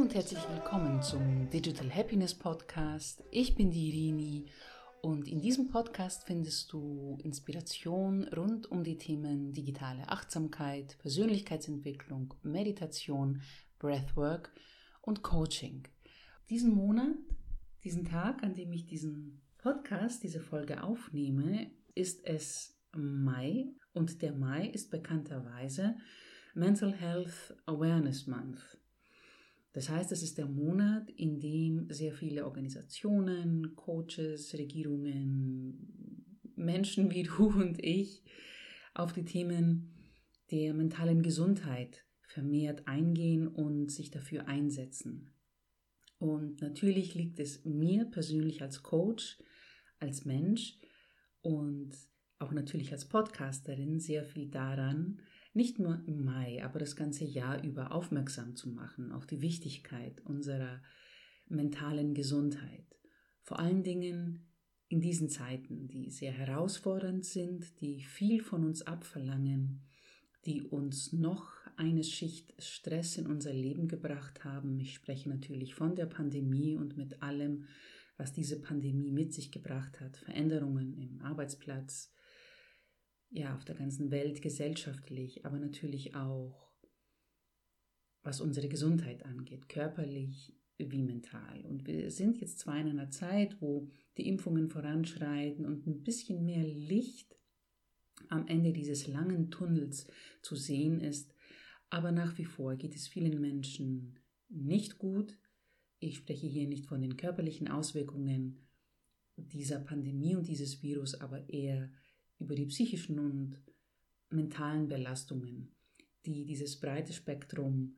und herzlich willkommen zum Digital Happiness Podcast. Ich bin die Irini und in diesem Podcast findest du Inspiration rund um die Themen digitale Achtsamkeit, Persönlichkeitsentwicklung, Meditation, Breathwork und Coaching. Diesen Monat, diesen Tag, an dem ich diesen Podcast, diese Folge aufnehme, ist es Mai und der Mai ist bekannterweise Mental Health Awareness Month. Das heißt, es ist der Monat, in dem sehr viele Organisationen, Coaches, Regierungen, Menschen wie du und ich auf die Themen der mentalen Gesundheit vermehrt eingehen und sich dafür einsetzen. Und natürlich liegt es mir persönlich als Coach, als Mensch und auch natürlich als Podcasterin sehr viel daran, nicht nur im Mai, aber das ganze Jahr über aufmerksam zu machen auf die Wichtigkeit unserer mentalen Gesundheit. Vor allen Dingen in diesen Zeiten, die sehr herausfordernd sind, die viel von uns abverlangen, die uns noch eine Schicht Stress in unser Leben gebracht haben. Ich spreche natürlich von der Pandemie und mit allem, was diese Pandemie mit sich gebracht hat. Veränderungen im Arbeitsplatz, ja, auf der ganzen Welt gesellschaftlich, aber natürlich auch, was unsere Gesundheit angeht, körperlich wie mental. Und wir sind jetzt zwar in einer Zeit, wo die Impfungen voranschreiten und ein bisschen mehr Licht am Ende dieses langen Tunnels zu sehen ist, aber nach wie vor geht es vielen Menschen nicht gut. Ich spreche hier nicht von den körperlichen Auswirkungen dieser Pandemie und dieses Virus, aber eher über die psychischen und mentalen Belastungen, die dieses breite Spektrum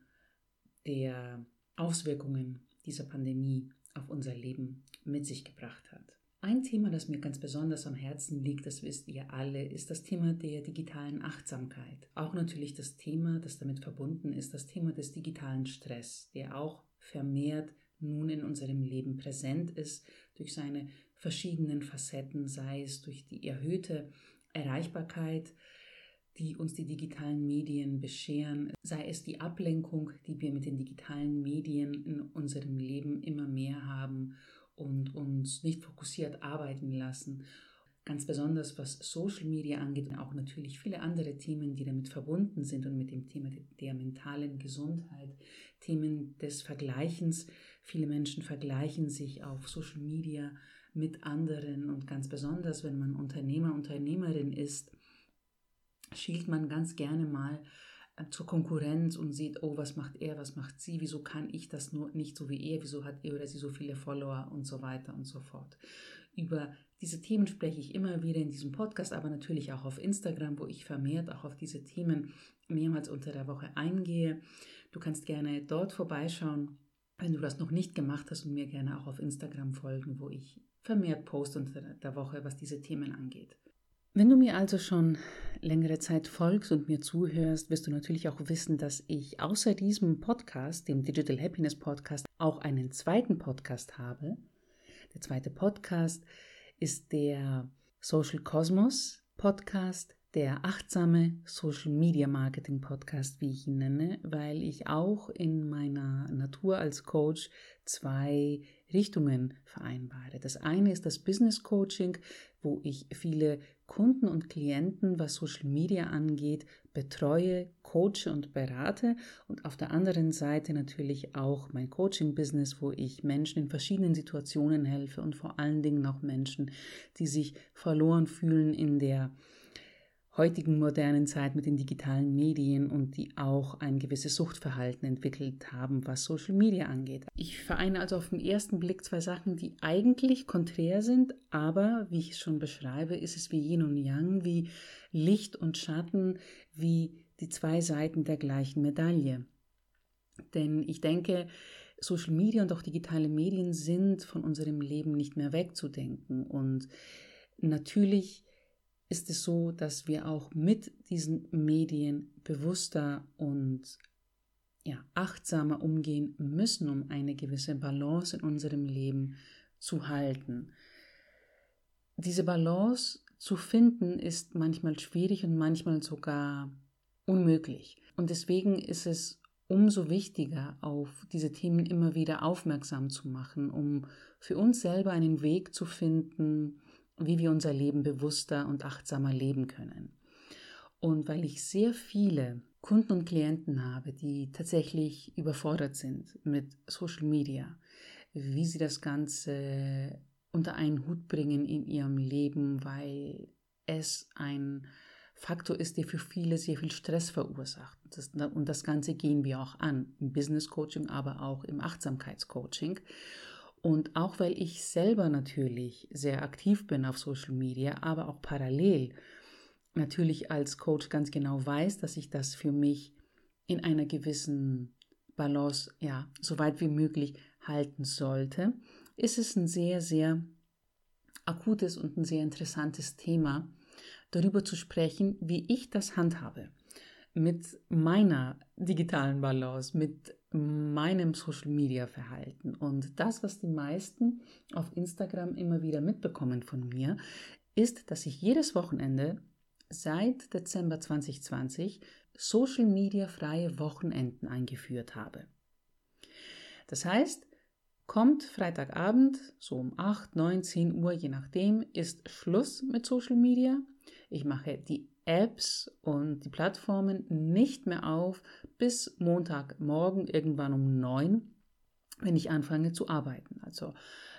der Auswirkungen dieser Pandemie auf unser Leben mit sich gebracht hat. Ein Thema, das mir ganz besonders am Herzen liegt, das wisst ihr alle, ist das Thema der digitalen Achtsamkeit. Auch natürlich das Thema, das damit verbunden ist, das Thema des digitalen Stress, der auch vermehrt nun in unserem Leben präsent ist, durch seine verschiedenen Facetten, sei es durch die erhöhte Erreichbarkeit, die uns die digitalen Medien bescheren, sei es die Ablenkung, die wir mit den digitalen Medien in unserem Leben immer mehr haben und uns nicht fokussiert arbeiten lassen. Ganz besonders was Social Media angeht und auch natürlich viele andere Themen, die damit verbunden sind und mit dem Thema der mentalen Gesundheit, Themen des Vergleichens. Viele Menschen vergleichen sich auf Social Media mit anderen und ganz besonders, wenn man Unternehmer, Unternehmerin ist, schielt man ganz gerne mal zur Konkurrenz und sieht, oh, was macht er, was macht sie, wieso kann ich das nur nicht so wie er, wieso hat er oder sie so viele Follower und so weiter und so fort. Über diese Themen spreche ich immer wieder in diesem Podcast, aber natürlich auch auf Instagram, wo ich vermehrt auch auf diese Themen mehrmals unter der Woche eingehe. Du kannst gerne dort vorbeischauen, wenn du das noch nicht gemacht hast, und mir gerne auch auf Instagram folgen, wo ich vermehrt poste unter der Woche, was diese Themen angeht. Wenn du mir also schon längere Zeit folgst und mir zuhörst, wirst du natürlich auch wissen, dass ich außer diesem Podcast, dem Digital Happiness Podcast, auch einen zweiten Podcast habe. Der zweite Podcast ist der Social Cosmos Podcast, der achtsame Social Media Marketing Podcast, wie ich ihn nenne, weil ich auch in meiner Natur als Coach zwei Richtungen vereinbare. Das eine ist das Business Coaching, wo ich viele Kunden und Klienten, was Social Media angeht, betreue, coache und berate, und auf der anderen Seite natürlich auch mein Coaching-Business, wo ich Menschen in verschiedenen Situationen helfe und vor allen Dingen auch Menschen, die sich verloren fühlen in der heutigen modernen Zeit mit den digitalen Medien und die auch ein gewisses Suchtverhalten entwickelt haben, was Social Media angeht. Ich vereine also auf den ersten Blick zwei Sachen, die eigentlich konträr sind, aber wie ich es schon beschreibe, ist es wie Yin und Yang, wie Licht und Schatten, wie die zwei Seiten der gleichen Medaille. Denn ich denke, Social Media und auch digitale Medien sind von unserem Leben nicht mehr wegzudenken, und natürlich ist es so, dass wir auch mit diesen Medien bewusster und achtsamer umgehen müssen, um eine gewisse Balance in unserem Leben zu halten. Diese Balance zu finden ist manchmal schwierig und manchmal sogar unmöglich. Und deswegen ist es umso wichtiger, auf diese Themen immer wieder aufmerksam zu machen, um für uns selber einen Weg zu finden, wie wir unser Leben bewusster und achtsamer leben können. Und weil ich sehr viele Kunden und Klienten habe, die tatsächlich überfordert sind mit Social Media, wie sie das Ganze unter einen Hut bringen in ihrem Leben, weil es ein Faktor ist, der für viele sehr viel Stress verursacht. Und das Ganze gehen wir auch an, im Business Coaching, aber auch im Achtsamkeitscoaching. Und auch weil ich selber natürlich sehr aktiv bin auf Social Media, aber auch parallel natürlich als Coach ganz genau weiß, dass ich das für mich in einer gewissen Balance, so weit wie möglich halten sollte, ist es ein sehr, sehr akutes und ein sehr interessantes Thema, darüber zu sprechen, wie ich das handhabe mit meiner digitalen Balance, mit meinem Social-Media-Verhalten. Und das, was die meisten auf Instagram immer wieder mitbekommen von mir, ist, dass ich jedes Wochenende seit Dezember 2020 Social-Media-freie Wochenenden eingeführt habe. Das heißt, kommt Freitagabend, so um 8, 9, 10 Uhr, je nachdem, ist Schluss mit Social Media. Ich mache die Apps und die Plattformen nicht mehr auf bis Montagmorgen, irgendwann um 9, wenn ich anfange zu arbeiten. Also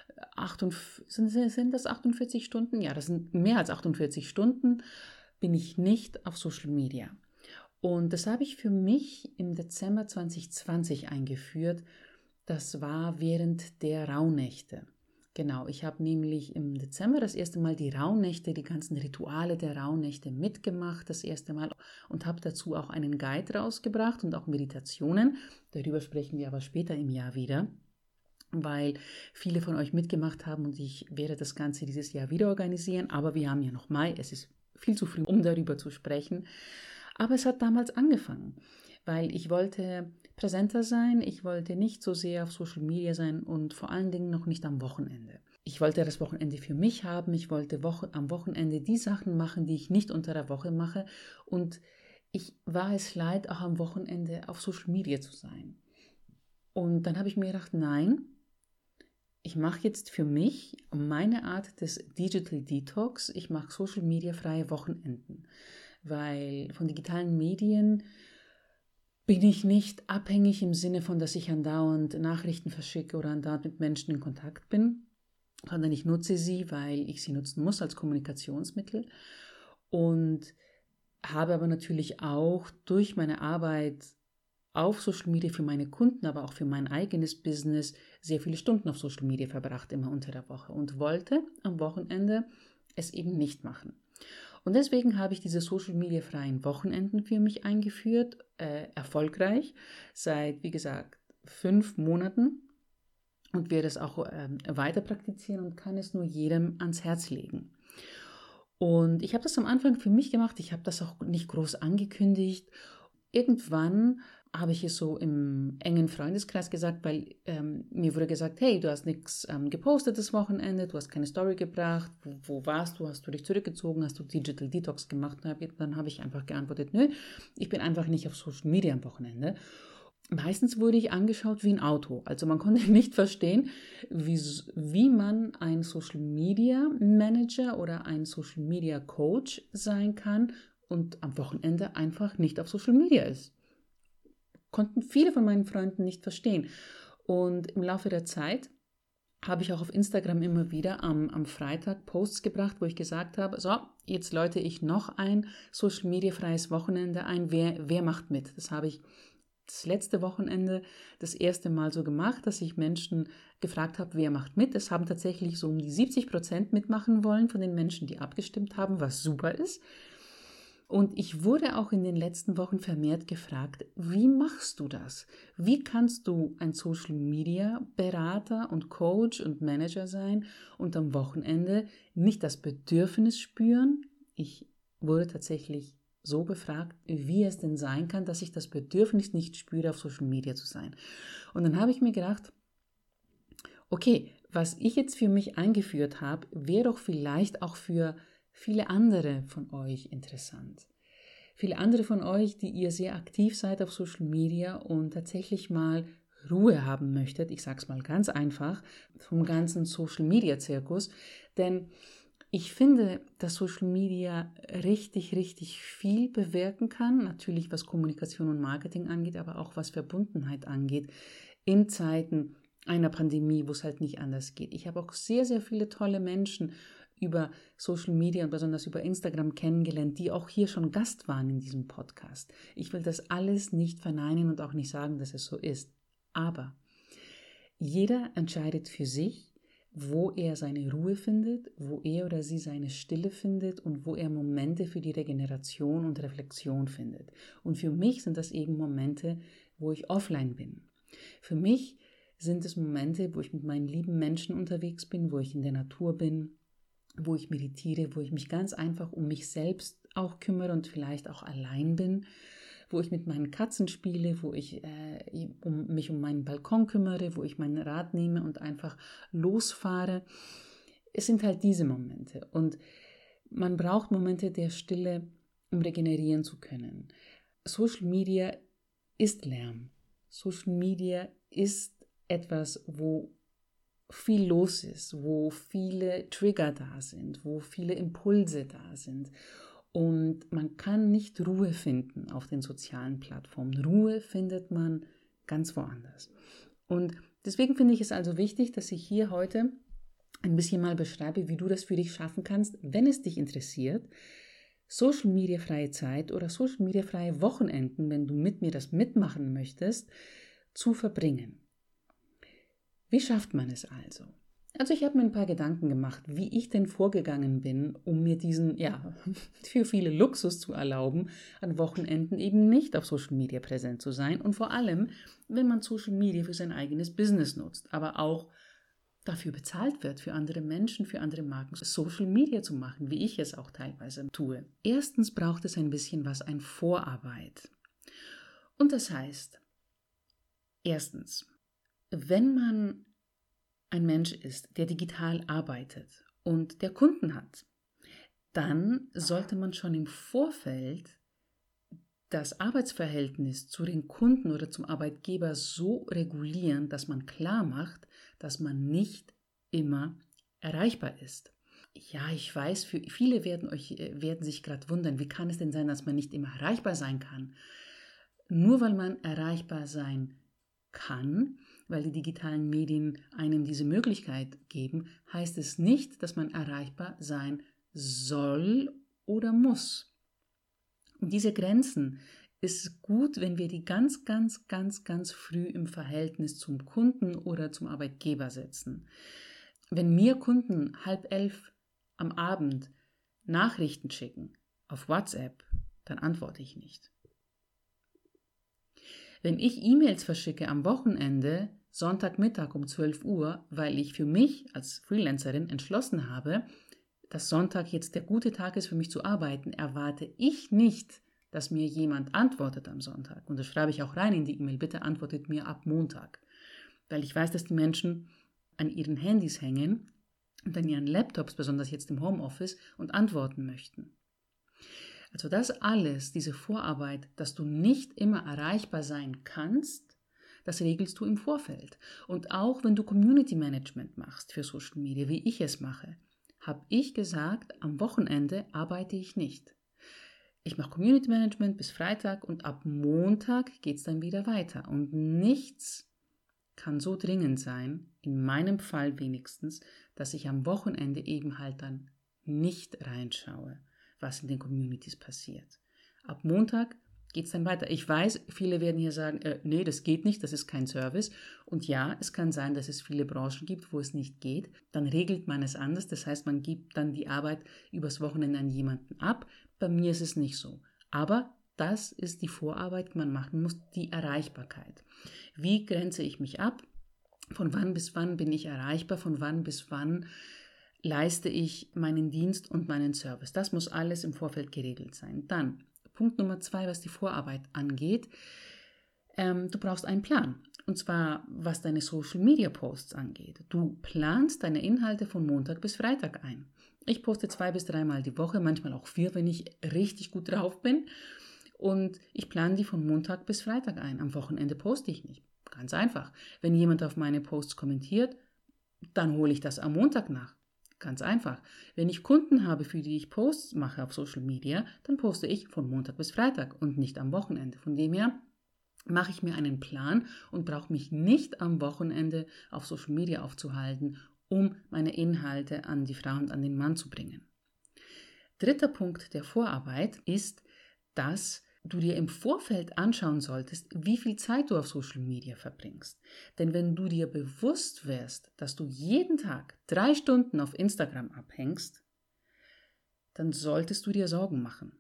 sind das 48 Stunden? Ja, das sind mehr als 48 Stunden, bin ich nicht auf Social Media. Und das habe ich für mich im Dezember 2020 eingeführt. Das war während der Rauhnächte. Genau, ich habe nämlich im Dezember das erste Mal die Rauhnächte, die ganzen Rituale der Rauhnächte mitgemacht, das erste Mal, und habe dazu auch einen Guide rausgebracht und auch Meditationen. Darüber sprechen wir aber später im Jahr wieder, weil viele von euch mitgemacht haben und ich werde das Ganze dieses Jahr wieder organisieren. Aber wir haben ja noch Mai, es ist viel zu früh, um darüber zu sprechen. Aber es hat damals angefangen, weil ich wollte präsenter sein, ich wollte nicht so sehr auf Social Media sein und vor allen Dingen noch nicht am Wochenende. Ich wollte das Wochenende für mich haben, ich wollte am Wochenende die Sachen machen, die ich nicht unter der Woche mache, und ich war es leid, auch am Wochenende auf Social Media zu sein. Und dann habe ich mir gedacht, nein, ich mache jetzt für mich meine Art des Digital Detox, ich mache Social Media freie Wochenenden, weil von digitalen Medien bin ich nicht abhängig im Sinne von, dass ich andauernd Nachrichten verschicke oder andauernd mit Menschen in Kontakt bin, sondern ich nutze sie, weil ich sie nutzen muss als Kommunikationsmittel, und habe aber natürlich auch durch meine Arbeit auf Social Media für meine Kunden, aber auch für mein eigenes Business sehr viele Stunden auf Social Media verbracht, immer unter der Woche, und wollte am Wochenende es eben nicht machen. Und deswegen habe ich diese Social-Media-freien Wochenenden für mich eingeführt, erfolgreich, seit, wie gesagt, 5 Monaten, und werde es auch weiter praktizieren und kann es nur jedem ans Herz legen. Und ich habe das am Anfang für mich gemacht, ich habe das auch nicht groß angekündigt. Irgendwann habe ich es so im engen Freundeskreis gesagt, weil mir wurde gesagt, hey, du hast nichts gepostet das Wochenende, du hast keine Story gebracht, wo warst du, hast du dich zurückgezogen, hast du Digital Detox gemacht? Dann habe ich einfach geantwortet, nö, ich bin einfach nicht auf Social Media am Wochenende. Meistens wurde ich angeschaut wie ein Auto, also man konnte nicht verstehen, wie man ein Social Media Manager oder ein Social Media Coach sein kann und am Wochenende einfach nicht auf Social Media ist. Konnten viele von meinen Freunden nicht verstehen. Und im Laufe der Zeit habe ich auch auf Instagram immer wieder am Freitag Posts gebracht, wo ich gesagt habe, so, jetzt läute ich noch ein Social Media freies Wochenende ein, wer macht mit? Das habe ich das letzte Wochenende das erste Mal so gemacht, dass ich Menschen gefragt habe, wer macht mit. Es haben tatsächlich so um die 70% mitmachen wollen von den Menschen, die abgestimmt haben, was super ist. Und ich wurde auch in den letzten Wochen vermehrt gefragt, wie machst du das? Wie kannst du ein Social-Media-Berater und Coach und Manager sein und am Wochenende nicht das Bedürfnis spüren? Ich wurde tatsächlich so befragt, wie es denn sein kann, dass ich das Bedürfnis nicht spüre, auf Social Media zu sein. Und dann habe ich mir gedacht, okay, was ich jetzt für mich eingeführt habe, wäre doch vielleicht auch für viele andere von euch interessant. viele andere von euch, die ihr sehr aktiv seid auf Social Media und tatsächlich mal Ruhe haben möchtet, ich sage es mal ganz einfach, vom ganzen Social Media Zirkus, denn ich finde, dass Social Media richtig, richtig viel bewirken kann, natürlich was Kommunikation und Marketing angeht, aber auch was Verbundenheit angeht, in Zeiten einer Pandemie, wo es halt nicht anders geht. Ich habe auch sehr, sehr viele tolle Menschen über Social Media und besonders über Instagram kennengelernt, die auch hier schon Gast waren in diesem Podcast. Ich will das alles nicht verneinen und auch nicht sagen, dass es so ist. Aber jeder entscheidet für sich, wo er seine Ruhe findet, wo er oder sie seine Stille findet und wo er Momente für die Regeneration und Reflexion findet. Und für mich sind das eben Momente, wo ich offline bin. Für mich sind es Momente, wo ich mit meinen lieben Menschen unterwegs bin, wo ich in der Natur bin, wo ich meditiere, wo ich mich ganz einfach um mich selbst auch kümmere und vielleicht auch allein bin, wo ich mit meinen Katzen spiele, wo ich mich um meinen Balkon kümmere, wo ich mein Rad nehme und einfach losfahre. Es sind halt diese Momente und man braucht Momente der Stille, um regenerieren zu können. Social Media ist Lärm. Social Media ist etwas, wo viel los ist, wo viele Trigger da sind, wo viele Impulse da sind. Und man kann nicht Ruhe finden auf den sozialen Plattformen. Ruhe findet man ganz woanders. Und deswegen finde ich es also wichtig, dass ich hier heute ein bisschen mal beschreibe, wie du das für dich schaffen kannst, wenn es dich interessiert, Social Media freie Zeit oder Social Media freie Wochenenden, wenn du mit mir das mitmachen möchtest, zu verbringen. Wie schafft man es also? Also ich habe mir ein paar Gedanken gemacht, wie ich denn vorgegangen bin, um mir diesen, für viele Luxus zu erlauben, an Wochenenden eben nicht auf Social Media präsent zu sein und vor allem, wenn man Social Media für sein eigenes Business nutzt, aber auch dafür bezahlt wird, für andere Menschen, für andere Marken, Social Media zu machen, wie ich es auch teilweise tue. Erstens braucht es ein bisschen an Vorarbeit. Und das heißt, erstens, wenn man ein Mensch ist, der digital arbeitet und der Kunden hat, dann sollte man schon im Vorfeld das Arbeitsverhältnis zu den Kunden oder zum Arbeitgeber so regulieren, dass man klar macht, dass man nicht immer erreichbar ist. Ja, ich weiß, für viele werden sich gerade wundern, wie kann es denn sein, dass man nicht immer erreichbar sein kann? Nur weil man erreichbar sein kann, weil die digitalen Medien einem diese Möglichkeit geben, heißt es nicht, dass man erreichbar sein soll oder muss. Und diese Grenzen ist gut, wenn wir die ganz, ganz, ganz, ganz früh im Verhältnis zum Kunden oder zum Arbeitgeber setzen. Wenn mir Kunden 22:30 am Abend Nachrichten schicken auf WhatsApp, dann antworte ich nicht. Wenn ich E-Mails verschicke am Wochenende, Sonntagmittag um 12 Uhr, weil ich für mich als Freelancerin entschlossen habe, dass Sonntag jetzt der gute Tag ist für mich zu arbeiten, erwarte ich nicht, dass mir jemand antwortet am Sonntag. Und das schreibe ich auch rein in die E-Mail, bitte antwortet mir ab Montag. Weil ich weiß, dass die Menschen an ihren Handys hängen und an ihren Laptops, besonders jetzt im Homeoffice, und antworten möchten. Also das alles, diese Vorarbeit, dass du nicht immer erreichbar sein kannst, das regelst du im Vorfeld. Und auch wenn du Community Management machst für Social Media, wie ich es mache, habe ich gesagt, am Wochenende arbeite ich nicht. Ich mache Community Management bis Freitag und ab Montag geht es dann wieder weiter. Und nichts kann so dringend sein, in meinem Fall wenigstens, dass ich am Wochenende eben halt dann nicht reinschaue, was in den Communities passiert. Ab Montag geht es dann weiter. Ich weiß, viele werden hier sagen, nee, das geht nicht, das ist kein Service. Und ja, es kann sein, dass es viele Branchen gibt, wo es nicht geht. Dann regelt man es anders. Das heißt, man gibt dann die Arbeit übers Wochenende an jemanden ab. Bei mir ist es nicht so. Aber das ist die Vorarbeit, die man machen muss, die Erreichbarkeit. Wie grenze ich mich ab? Von wann bis wann bin ich erreichbar? Von wann bis wann leiste ich meinen Dienst und meinen Service? Das muss alles im Vorfeld geregelt sein. Dann Punkt Nummer 2, was die Vorarbeit angeht. Du brauchst einen Plan. Und zwar, was deine Social-Media-Posts angeht. Du planst deine Inhalte von Montag bis Freitag ein. Ich poste 2 bis 3 Mal die Woche, manchmal auch 4, wenn ich richtig gut drauf bin. und ich plane die von Montag bis Freitag ein. Am Wochenende poste ich nicht. Ganz einfach. Wenn jemand auf meine Posts kommentiert, dann hole ich das am Montag nach. Ganz einfach. Wenn ich Kunden habe, für die ich Posts mache auf Social Media, dann poste ich von Montag bis Freitag und nicht am Wochenende. Von dem her mache ich mir einen Plan und brauche mich nicht am Wochenende auf Social Media aufzuhalten, um meine Inhalte an die Frau und an den Mann zu bringen. Dritter Punkt der Vorarbeit ist, dass du dir im Vorfeld anschauen solltest, wie viel Zeit du auf Social Media verbringst. Denn wenn du dir bewusst wärst, dass du jeden Tag 3 Stunden auf Instagram abhängst, dann solltest du dir Sorgen machen.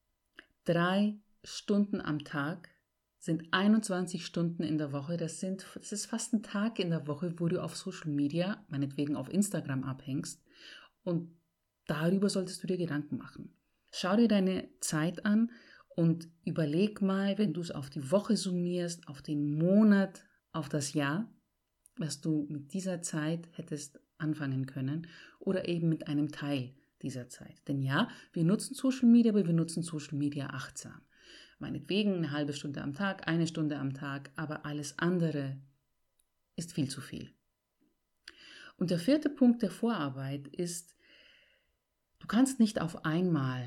3 Stunden am Tag sind 21 Stunden in der Woche. Das ist fast ein Tag in der Woche, wo du auf Social Media, meinetwegen auf Instagram abhängst. Und darüber solltest du dir Gedanken machen. Schau dir deine Zeit an und überleg mal, wenn du es auf die Woche summierst, auf den Monat, auf das Jahr, was du mit dieser Zeit hättest anfangen können oder eben mit einem Teil dieser Zeit. Denn ja, wir nutzen Social Media, aber wir nutzen Social Media achtsam. Meinetwegen eine halbe Stunde am Tag, 1 Stunde am Tag, aber alles andere ist viel zu viel. Und der 4. Punkt der Vorarbeit ist, du kannst nicht auf einmal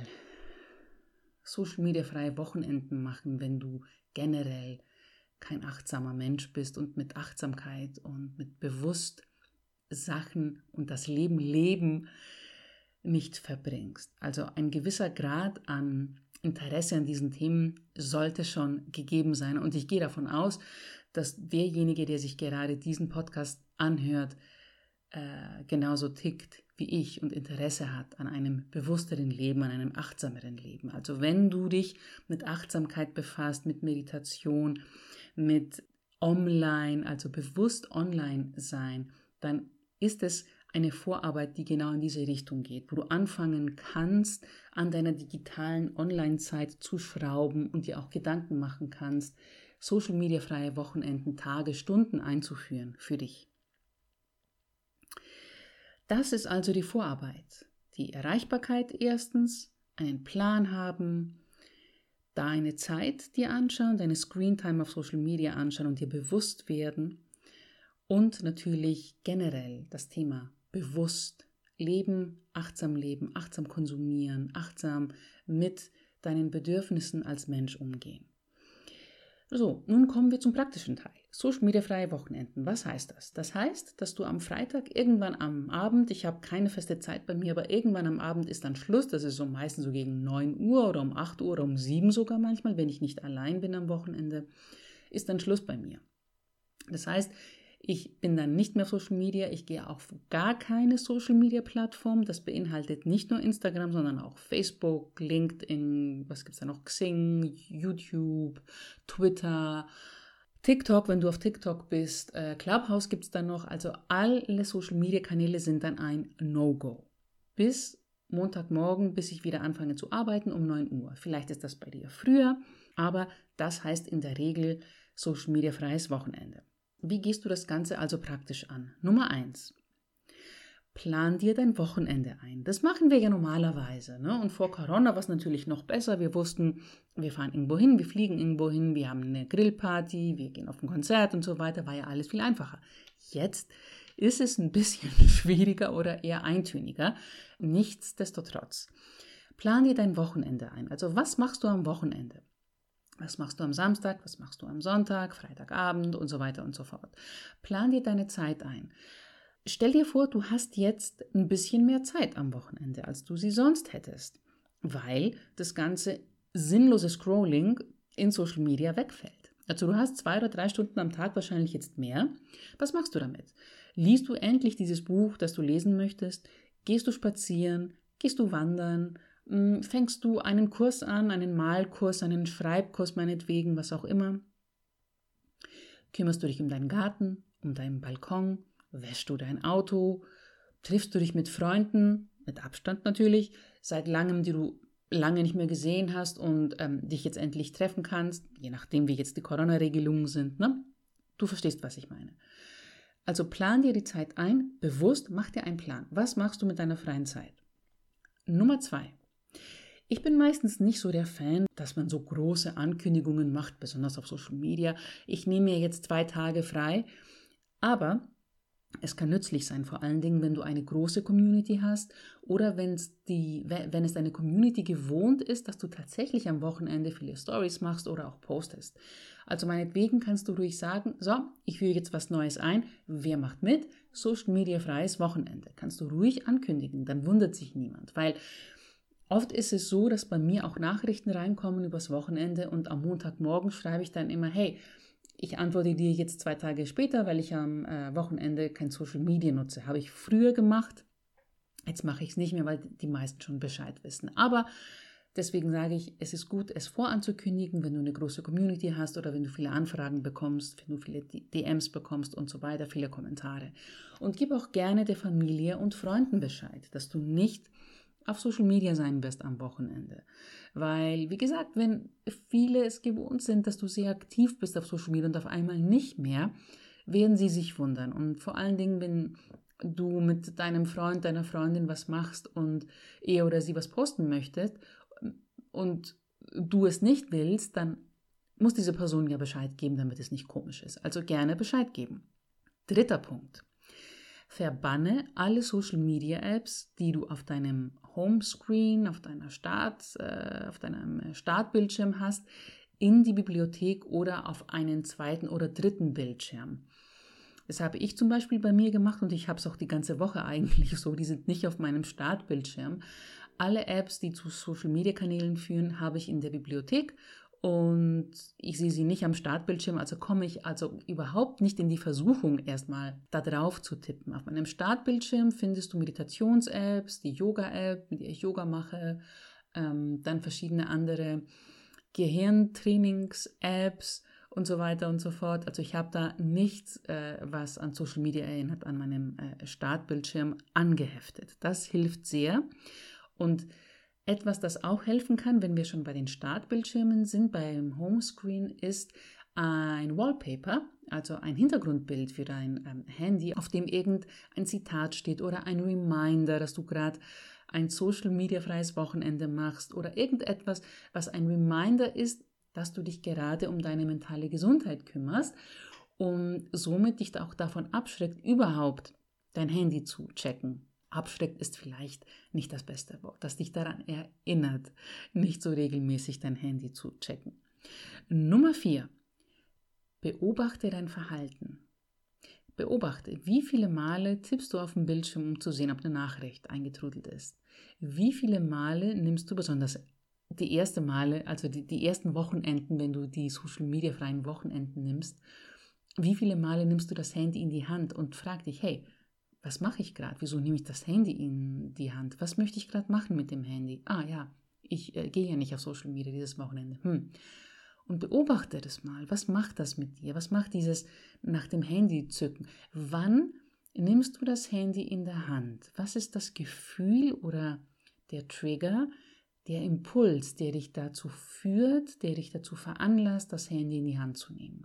Social Media freie Wochenenden machen, wenn du generell kein achtsamer Mensch bist und mit Achtsamkeit und mit bewusst Sachen und das Leben nicht verbringst. Also ein gewisser Grad an Interesse an diesen Themen sollte schon gegeben sein. Und ich gehe davon aus, dass derjenige, der sich gerade diesen Podcast anhört, genauso tickt wie ich und Interesse hat an einem bewussteren Leben, an einem achtsameren Leben. Also wenn du dich mit Achtsamkeit befasst, mit Meditation, mit Online, also bewusst online sein, dann ist es eine Vorarbeit, die genau in diese Richtung geht, wo du anfangen kannst, an deiner digitalen Online-Zeit zu schrauben und dir auch Gedanken machen kannst, Social-Media-freie Wochenenden, Tage, Stunden einzuführen für dich. Das ist also die Vorarbeit. Die Erreichbarkeit erstens, einen Plan haben, deine Zeit dir anschauen, deine Screentime auf Social Media anschauen und dir bewusst werden und natürlich generell das Thema bewusst leben, achtsam konsumieren, achtsam mit deinen Bedürfnissen als Mensch umgehen. So, nun kommen wir zum praktischen Teil. Social Media freie Wochenenden. Was heißt das? Das heißt, dass du am Freitag irgendwann am Abend, ich habe keine feste Zeit bei mir, aber irgendwann am Abend ist dann Schluss. Das ist so meistens so gegen 9 Uhr oder um 8 Uhr oder um 7 sogar manchmal, wenn ich nicht allein bin am Wochenende, ist dann Schluss bei mir. Das heißt, ich bin dann nicht mehr auf Social Media, ich gehe auf gar keine Social Media Plattform. Das beinhaltet nicht nur Instagram, sondern auch Facebook, LinkedIn, was gibt es da noch? Xing, YouTube, Twitter, TikTok, wenn du auf TikTok bist, Clubhouse gibt es dann noch. Also alle Social Media Kanäle sind dann ein No-Go. Bis Montagmorgen, bis ich wieder anfange zu arbeiten um 9 Uhr. Vielleicht ist das bei dir früher, aber das heißt in der Regel Social Media freies Wochenende. Wie gehst du das Ganze also praktisch an? Nummer 1. Plan dir dein Wochenende ein. Das machen wir ja normalerweise. Ne? Und vor Corona war es natürlich noch besser. Wir wussten, wir fahren irgendwo hin, wir fliegen irgendwo hin, wir haben eine Grillparty, wir gehen auf ein Konzert und so weiter. War ja alles viel einfacher. Jetzt ist es ein bisschen schwieriger oder eher eintöniger. Nichtsdestotrotz. Plan dir dein Wochenende ein. Also was machst du am Wochenende? Was machst du am Samstag, was machst du am Sonntag, Freitagabend und so weiter und so fort. Plan dir deine Zeit ein. Stell dir vor, du hast jetzt ein bisschen mehr Zeit am Wochenende, als du sie sonst hättest, weil das ganze sinnlose Scrolling in Social Media wegfällt. Also du hast 2 oder 3 Stunden am Tag wahrscheinlich jetzt mehr. Was machst du damit? Liest du endlich dieses Buch, das du lesen möchtest? Gehst du spazieren? Gehst du wandern? Fängst du einen Kurs an, einen Malkurs, einen Schreibkurs meinetwegen, was auch immer? Kümmerst du dich um deinen Garten, um deinen Balkon? Wäschst du dein Auto? Triffst du dich mit Freunden, mit Abstand natürlich, seit langem, die du lange nicht mehr gesehen hast und dich jetzt endlich treffen kannst, je nachdem wie jetzt die Corona-Regelungen sind, ne? Du verstehst, was ich meine. Also plan dir die Zeit ein, bewusst, mach dir einen Plan. Was machst du mit deiner freien Zeit? Nummer 2. Ich bin meistens nicht so der Fan, dass man so große Ankündigungen macht, besonders auf Social Media. Ich nehme mir jetzt 2 Tage frei, aber es kann nützlich sein, vor allen Dingen, wenn du eine große Community hast oder wenn es deine Community gewohnt ist, dass du tatsächlich am Wochenende viele Stories machst oder auch postest. Also meinetwegen kannst du ruhig sagen, so, ich führe jetzt was Neues ein, wer macht mit? Social Media freies Wochenende. Kannst du ruhig ankündigen, dann wundert sich niemand, weil oft ist es so, dass bei mir auch Nachrichten reinkommen übers Wochenende und am Montagmorgen schreibe ich dann immer, hey, ich antworte dir jetzt 2 Tage später, weil ich am Wochenende kein Social Media nutze. Habe ich früher gemacht, jetzt mache ich es nicht mehr, weil die meisten schon Bescheid wissen. Aber deswegen sage ich, es ist gut, es voranzukündigen, wenn du eine große Community hast oder wenn du viele Anfragen bekommst, wenn du viele DMs bekommst und so weiter, viele Kommentare. Und gib auch gerne der Familie und Freunden Bescheid, dass du nicht auf Social Media sein wirst am Wochenende. Weil, wie gesagt, wenn viele es gewohnt sind, dass du sehr aktiv bist auf Social Media und auf einmal nicht mehr, werden sie sich wundern. Und vor allen Dingen, wenn du mit deinem Freund, deiner Freundin was machst und er oder sie was posten möchtest und du es nicht willst, dann muss diese Person ja Bescheid geben, damit es nicht komisch ist. Also gerne Bescheid geben. 3. Punkt. Verbanne alle Social Media Apps, die du auf deinem Homescreen, auf deinem Startbildschirm hast, in die Bibliothek oder auf einen 2. oder 3. Bildschirm. Das habe ich zum Beispiel bei mir gemacht und ich habe es auch die ganze Woche eigentlich so. Die sind nicht auf meinem Startbildschirm. Alle Apps, die zu Social Media Kanälen führen, habe ich in der Bibliothek. Und ich sehe sie nicht am Startbildschirm, also komme ich also überhaupt nicht in die Versuchung, erstmal da drauf zu tippen. Auf meinem Startbildschirm findest du Meditations-Apps, die Yoga-App, mit der ich Yoga mache, dann verschiedene andere Gehirntrainings-Apps und so weiter und so fort. Also ich habe da nichts, was an Social Media erinnert, an meinem Startbildschirm angeheftet. Das hilft sehr. Und etwas, das auch helfen kann, wenn wir schon bei den Startbildschirmen sind, beim Homescreen, ist ein Wallpaper, also ein Hintergrundbild für dein Handy, auf dem irgendein Zitat steht oder ein Reminder, dass du gerade ein Social-Media-freies Wochenende machst oder irgendetwas, was ein Reminder ist, dass du dich gerade um deine mentale Gesundheit kümmerst und somit dich auch davon abschreckt, überhaupt dein Handy zu checken. Abschreckt ist vielleicht nicht das beste Wort, das dich daran erinnert, nicht so regelmäßig dein Handy zu checken. Nummer 4. Beobachte dein Verhalten. Beobachte, wie viele Male tippst du auf den Bildschirm, um zu sehen, ob eine Nachricht eingetrudelt ist. Wie viele Male nimmst du, besonders die ersten Male, also die ersten Wochenenden, wenn du die Social-Media-freien Wochenenden nimmst, wie viele Male nimmst du das Handy in die Hand und frag dich, hey, was mache ich gerade? Wieso nehme ich das Handy in die Hand? Was möchte ich gerade machen mit dem Handy? Ah ja, ich gehe ja nicht auf Social Media dieses Wochenende. Und beobachte das mal. Was macht das mit dir? Was macht dieses nach dem Handy zücken? Wann nimmst du das Handy in der Hand? Was ist das Gefühl oder der Trigger, der Impuls, der dich dazu führt, der dich dazu veranlasst, das Handy in die Hand zu nehmen?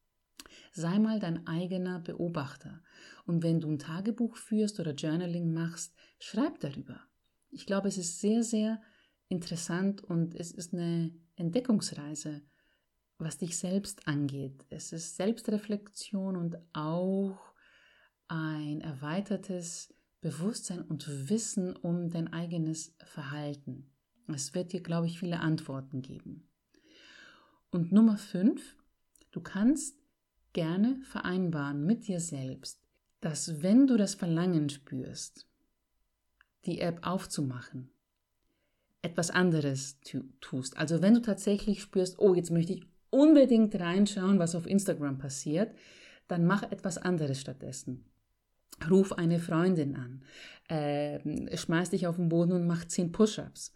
Sei mal dein eigener Beobachter. Und wenn du ein Tagebuch führst oder Journaling machst, schreib darüber. Ich glaube, es ist sehr, sehr interessant und es ist eine Entdeckungsreise, was dich selbst angeht. Es ist Selbstreflexion und auch ein erweitertes Bewusstsein und Wissen um dein eigenes Verhalten. Es wird dir, glaube ich, viele Antworten geben. Und Nummer 5, du kannst gerne vereinbaren mit dir selbst, dass wenn du das Verlangen spürst, die App aufzumachen, etwas anderes tust. Also wenn du tatsächlich spürst, oh, jetzt möchte ich unbedingt reinschauen, was auf Instagram passiert, dann mach etwas anderes stattdessen. Ruf eine Freundin an, schmeiß dich auf den Boden und mach 10 Push-Ups.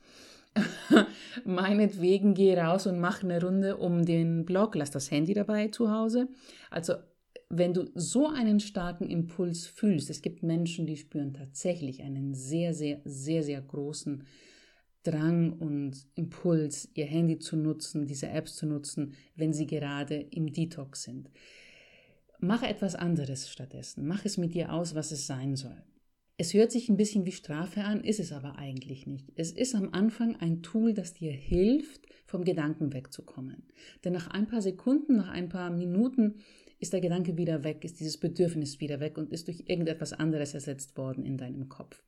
Meinetwegen geh raus und mach eine Runde um den Block, lass das Handy dabei zu Hause. Also wenn du so einen starken Impuls fühlst, es gibt Menschen, die spüren tatsächlich einen sehr, sehr, sehr, sehr großen Drang und Impuls, ihr Handy zu nutzen, diese Apps zu nutzen, wenn sie gerade im Detox sind. Mache etwas anderes stattdessen. Mach es mit dir aus, was es sein soll. Es hört sich ein bisschen wie Strafe an, ist es aber eigentlich nicht. Es ist am Anfang ein Tool, das dir hilft, vom Gedanken wegzukommen. Denn nach ein paar Sekunden, nach ein paar Minuten ist der Gedanke wieder weg, ist dieses Bedürfnis wieder weg und ist durch irgendetwas anderes ersetzt worden in deinem Kopf.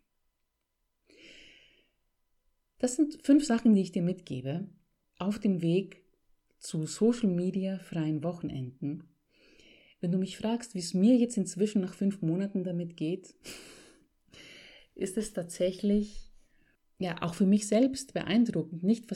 Das sind 5 Sachen, die ich dir mitgebe auf dem Weg zu Social Media freien Wochenenden. Wenn du mich fragst, wie es mir jetzt inzwischen nach 5 Monaten damit geht, ist es tatsächlich ja auch für mich selbst beeindruckend. Nicht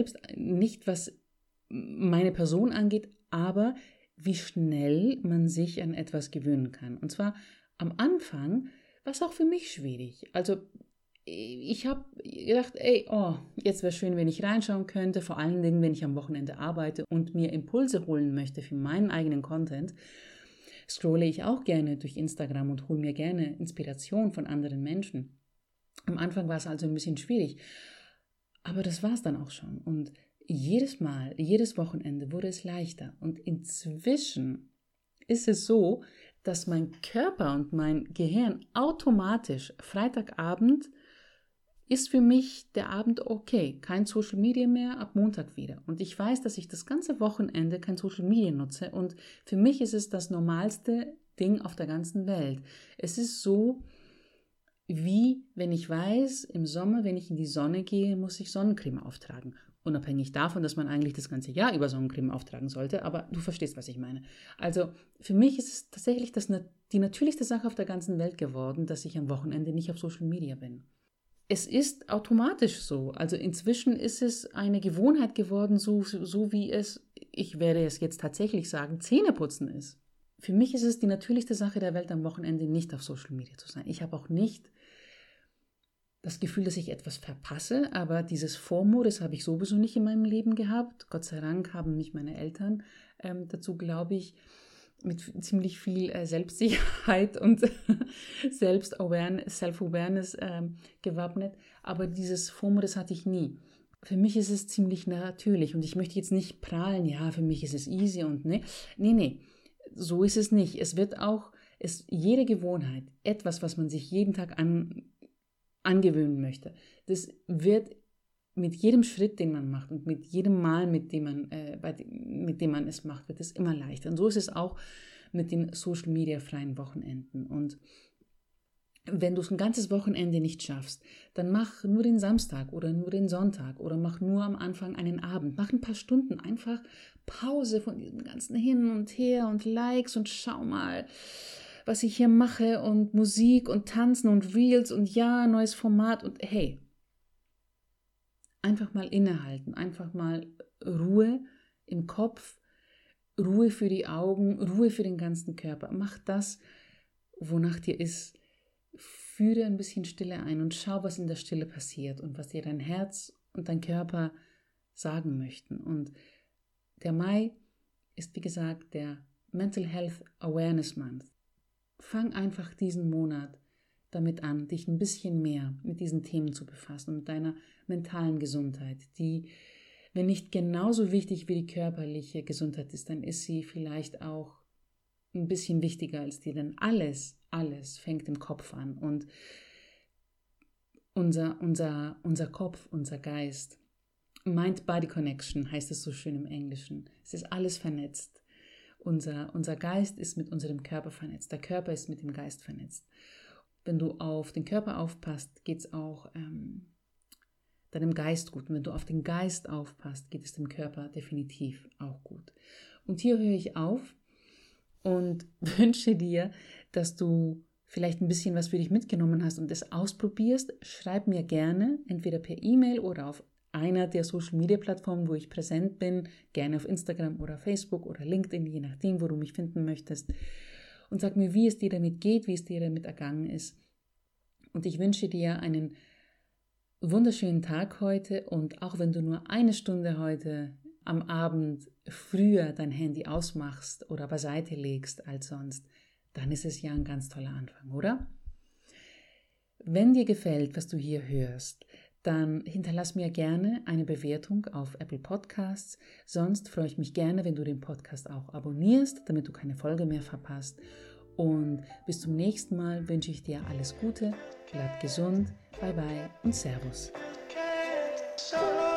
was meine Person angeht, aber wie schnell man sich an etwas gewöhnen kann. Und zwar am Anfang war es auch für mich schwierig. Also ich habe gedacht, jetzt wäre schön, wenn ich reinschauen könnte, vor allen Dingen, wenn ich am Wochenende arbeite und mir Impulse holen möchte für meinen eigenen Content, scrolle ich auch gerne durch Instagram und hole mir gerne Inspiration von anderen Menschen. Am Anfang war es also ein bisschen schwierig, aber das war es dann auch schon. Und jedes Wochenende wurde es leichter. Und inzwischen ist es so, dass mein Körper und mein Gehirn automatisch Freitagabend ist für mich der Abend okay, kein Social Media mehr, ab Montag wieder. Und ich weiß, dass ich das ganze Wochenende kein Social Media nutze und für mich ist es das normalste Ding auf der ganzen Welt. Es ist so, wie wenn ich weiß, im Sommer, wenn ich in die Sonne gehe, muss ich Sonnencreme auftragen. Unabhängig davon, dass man eigentlich das ganze Jahr über Sonnencreme auftragen sollte, aber du verstehst, was ich meine. Also für mich ist es tatsächlich die natürlichste Sache auf der ganzen Welt geworden, dass ich am Wochenende nicht auf Social Media bin. Es ist automatisch so. Also inzwischen ist es eine Gewohnheit geworden, so wie es, ich werde es jetzt tatsächlich sagen, Zähneputzen ist. Für mich ist es die natürlichste Sache der Welt, am Wochenende nicht auf Social Media zu sein. Ich habe auch nicht das Gefühl, dass ich etwas verpasse, aber dieses FOMO, das habe ich sowieso nicht in meinem Leben gehabt. Gott sei Dank haben mich meine Eltern dazu, glaube ich, mit ziemlich viel Selbstsicherheit und Self-Awareness gewappnet. Aber dieses FOMO, das hatte ich nie. Für mich ist es ziemlich natürlich und ich möchte jetzt nicht prahlen, ja, für mich ist es easy und ne. Nee, so ist es nicht. Es wird auch, jede Gewohnheit, etwas, was man sich jeden Tag angewöhnen möchte, das wird mit jedem Schritt, den man macht und mit jedem Mal, mit dem man es macht, wird es immer leichter. Und so ist es auch mit den Social-Media-freien Wochenenden. Und wenn du es ein ganzes Wochenende nicht schaffst, dann mach nur den Samstag oder nur den Sonntag oder mach nur am Anfang einen Abend. Mach ein paar Stunden einfach Pause von diesem ganzen Hin und Her und Likes und schau mal, was ich hier mache und Musik und Tanzen und Reels und ja, neues Format und hey, einfach mal innehalten, einfach mal Ruhe im Kopf, Ruhe für die Augen, Ruhe für den ganzen Körper. Mach das, wonach dir ist. Führe ein bisschen Stille ein und schau, was in der Stille passiert und was dir dein Herz und dein Körper sagen möchten. Und der Mai ist, wie gesagt, der Mental Health Awareness Month. Fang einfach diesen Monat damit an, dich ein bisschen mehr mit diesen Themen zu befassen und mit deiner mentalen Gesundheit, die, wenn nicht genauso wichtig wie die körperliche Gesundheit ist, dann ist sie vielleicht auch ein bisschen wichtiger als die, denn alles fängt im Kopf an und unser Kopf, unser Geist, Mind-Body-Connection heißt es so schön im Englischen, es ist alles vernetzt. Unser Geist ist mit unserem Körper vernetzt, der Körper ist mit dem Geist vernetzt. Wenn du auf den Körper aufpasst, geht es auch deinem Geist gut. Und wenn du auf den Geist aufpasst, geht es dem Körper definitiv auch gut. Und hier höre ich auf und wünsche dir, dass du vielleicht ein bisschen was für dich mitgenommen hast und es ausprobierst. Schreib mir gerne, entweder per E-Mail oder auf einer der Social-Media-Plattformen, wo ich präsent bin, gerne auf Instagram oder Facebook oder LinkedIn, je nachdem, wo du mich finden möchtest. Und sag mir, wie es dir damit geht, wie es dir damit ergangen ist. Und ich wünsche dir einen wunderschönen Tag heute und auch wenn du nur eine Stunde heute am Abend früher dein Handy ausmachst oder beiseite legst als sonst, dann ist es ja ein ganz toller Anfang, oder? Wenn dir gefällt, was du hier hörst, dann hinterlass mir gerne eine Bewertung auf Apple Podcasts. Sonst freue ich mich gerne, wenn du den Podcast auch abonnierst, damit du keine Folge mehr verpasst. Und bis zum nächsten Mal wünsche ich dir alles Gute. Bleibt gesund, bye bye und Servus. Solo